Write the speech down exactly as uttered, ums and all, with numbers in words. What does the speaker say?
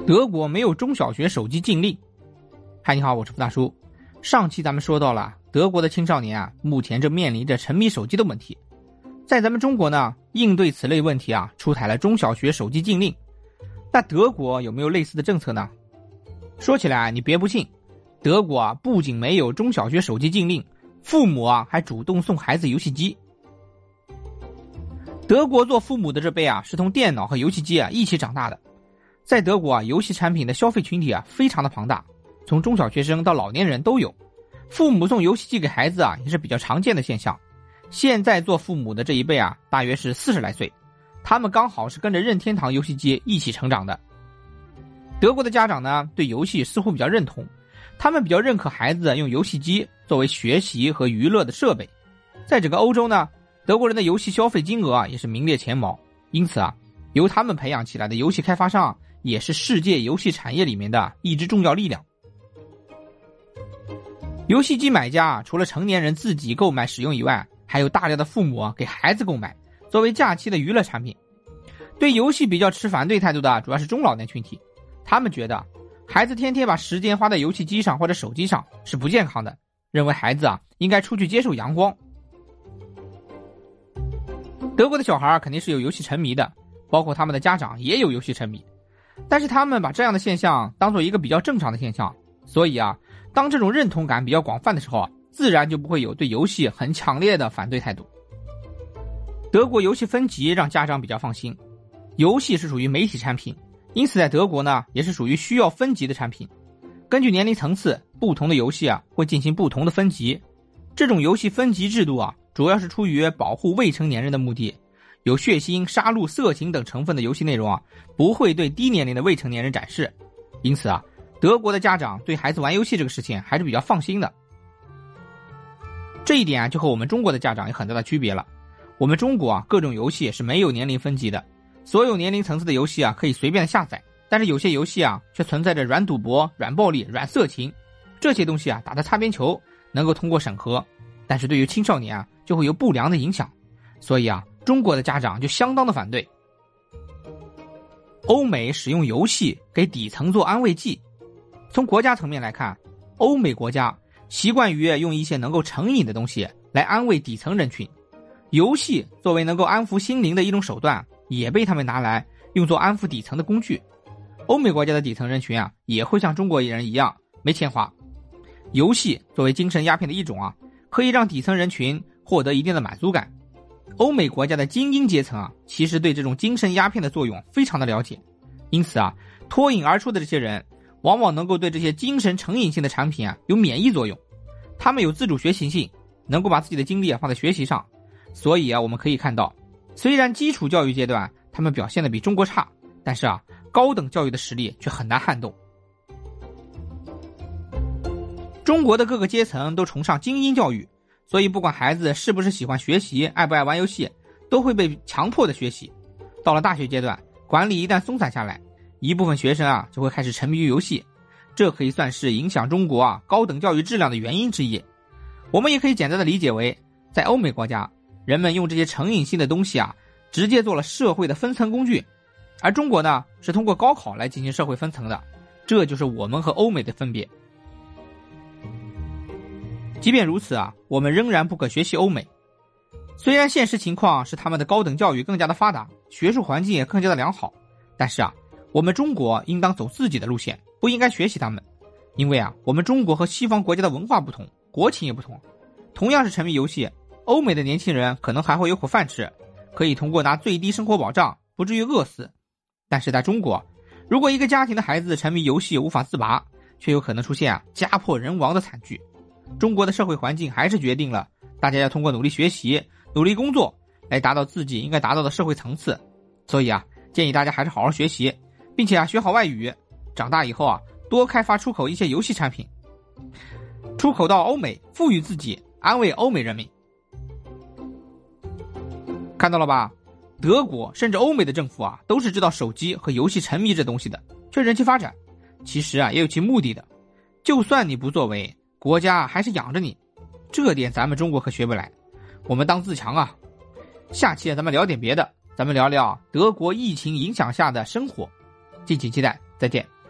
德国没有中小学手机禁令。嗨，你好，我是付大叔。上期咱们说到了德国的青少年啊，目前正面临着沉迷手机的问题。在咱们中国呢，应对此类问题啊，出台了中小学手机禁令。那德国有没有类似的政策呢？说起来你别不信，德国啊不仅没有中小学手机禁令，父母啊还主动送孩子游戏机。德国做父母的这辈啊，是从电脑和游戏机啊一起长大的。在德国啊，游戏产品的消费群体啊非常的庞大，从中小学生到老年人都有。父母送游戏机给孩子啊，也是比较常见的现象。现在做父母的这一辈啊，大约是四十来岁，他们刚好是跟着任天堂游戏机一起成长的。德国的家长呢，对游戏似乎比较认同，他们比较认可孩子用游戏机作为学习和娱乐的设备。在整个欧洲呢，德国人的游戏消费金额啊也是名列前茅，因此啊，由他们培养起来的游戏开发商啊，也是世界游戏产业里面的一支重要力量。游戏机买家啊，除了成年人自己购买使用以外，还有大量的父母啊给孩子购买，作为假期的娱乐产品。对游戏比较持反对态度的主要是中老年群体，他们觉得孩子天天把时间花在游戏机上或者手机上是不健康的，认为孩子啊应该出去接受阳光。德国的小孩肯定是有游戏沉迷的，包括他们的家长也有游戏沉迷，但是他们把这样的现象当做一个比较正常的现象，所以啊，当这种认同感比较广泛的时候啊，自然就不会有对游戏很强烈的反对态度。德国游戏分级让家长比较放心，游戏是属于媒体产品，因此在德国呢，也是属于需要分级的产品。根据年龄层次，不同的游戏啊会进行不同的分级。这种游戏分级制度啊，主要是出于保护未成年人的目的。有血腥、杀戮、色情等成分的游戏内容啊，不会对低年龄的未成年人展示。因此啊，德国的家长对孩子玩游戏这个事情还是比较放心的。这一点啊，就和我们中国的家长有很大的区别了。我们中国啊，各种游戏是没有年龄分级的，所有年龄层次的游戏啊，可以随便的下载。但是有些游戏啊，却存在着软赌博、软暴力、软色情，这些东西啊，打的擦边球，能够通过审核，但是对于青少年啊，就会有不良的影响。所以啊，中国的家长就相当的反对。欧美使用游戏给底层做安慰剂。从国家层面来看，欧美国家习惯于用一些能够成瘾的东西来安慰底层人群，游戏作为能够安抚心灵的一种手段，也被他们拿来用作安抚底层的工具。欧美国家的底层人群啊，也会像中国人一样没钱花。游戏作为精神鸦片的一种啊，可以让底层人群获得一定的满足感。欧美国家的精英阶层啊，其实对这种精神鸦片的作用非常的了解，因此啊，脱颖而出的这些人往往能够对这些精神成瘾性的产品啊有免疫作用。他们有自主学习性，能够把自己的精力啊放在学习上。所以啊，我们可以看到，虽然基础教育阶段他们表现的比中国差，但是啊，高等教育的实力却很难撼动。中国的各个阶层都崇尚精英教育，所以不管孩子是不是喜欢学习，爱不爱玩游戏，都会被强迫的学习。到了大学阶段，管理一旦松散下来，一部分学生啊就会开始沉迷于游戏，这可以算是影响中国啊高等教育质量的原因之一。我们也可以简单的理解为，在欧美国家，人们用这些成瘾性的东西啊，直接做了社会的分层工具，而中国呢，是通过高考来进行社会分层的，这就是我们和欧美的分别。即便如此啊，我们仍然不可学习欧美。虽然现实情况是他们的高等教育更加的发达，学术环境也更加的良好，但是啊，我们中国应当走自己的路线，不应该学习他们。因为啊，我们中国和西方国家的文化不同，国情也不同。同样是沉迷游戏，欧美的年轻人可能还会有口饭吃，可以通过拿最低生活保障，不至于饿死。但是在中国，如果一个家庭的孩子沉迷游戏无法自拔，却有可能出现啊家破人亡的惨剧。中国的社会环境还是决定了大家要通过努力学习、努力工作来达到自己应该达到的社会层次。所以啊，建议大家还是好好学习，并且啊学好外语，长大以后啊多开发出口一些游戏产品，出口到欧美，富裕自己，安慰欧美人民。看到了吧？德国甚至欧美的政府啊，都是知道手机和游戏沉迷这东西的，却人气发展。其实啊，也有其目的的。就算你不作为，国家还是养着你，这点咱们中国可学不来。我们当自强啊！下期咱们聊点别的，咱们聊聊德国疫情影响下的生活，敬请期待。 再见。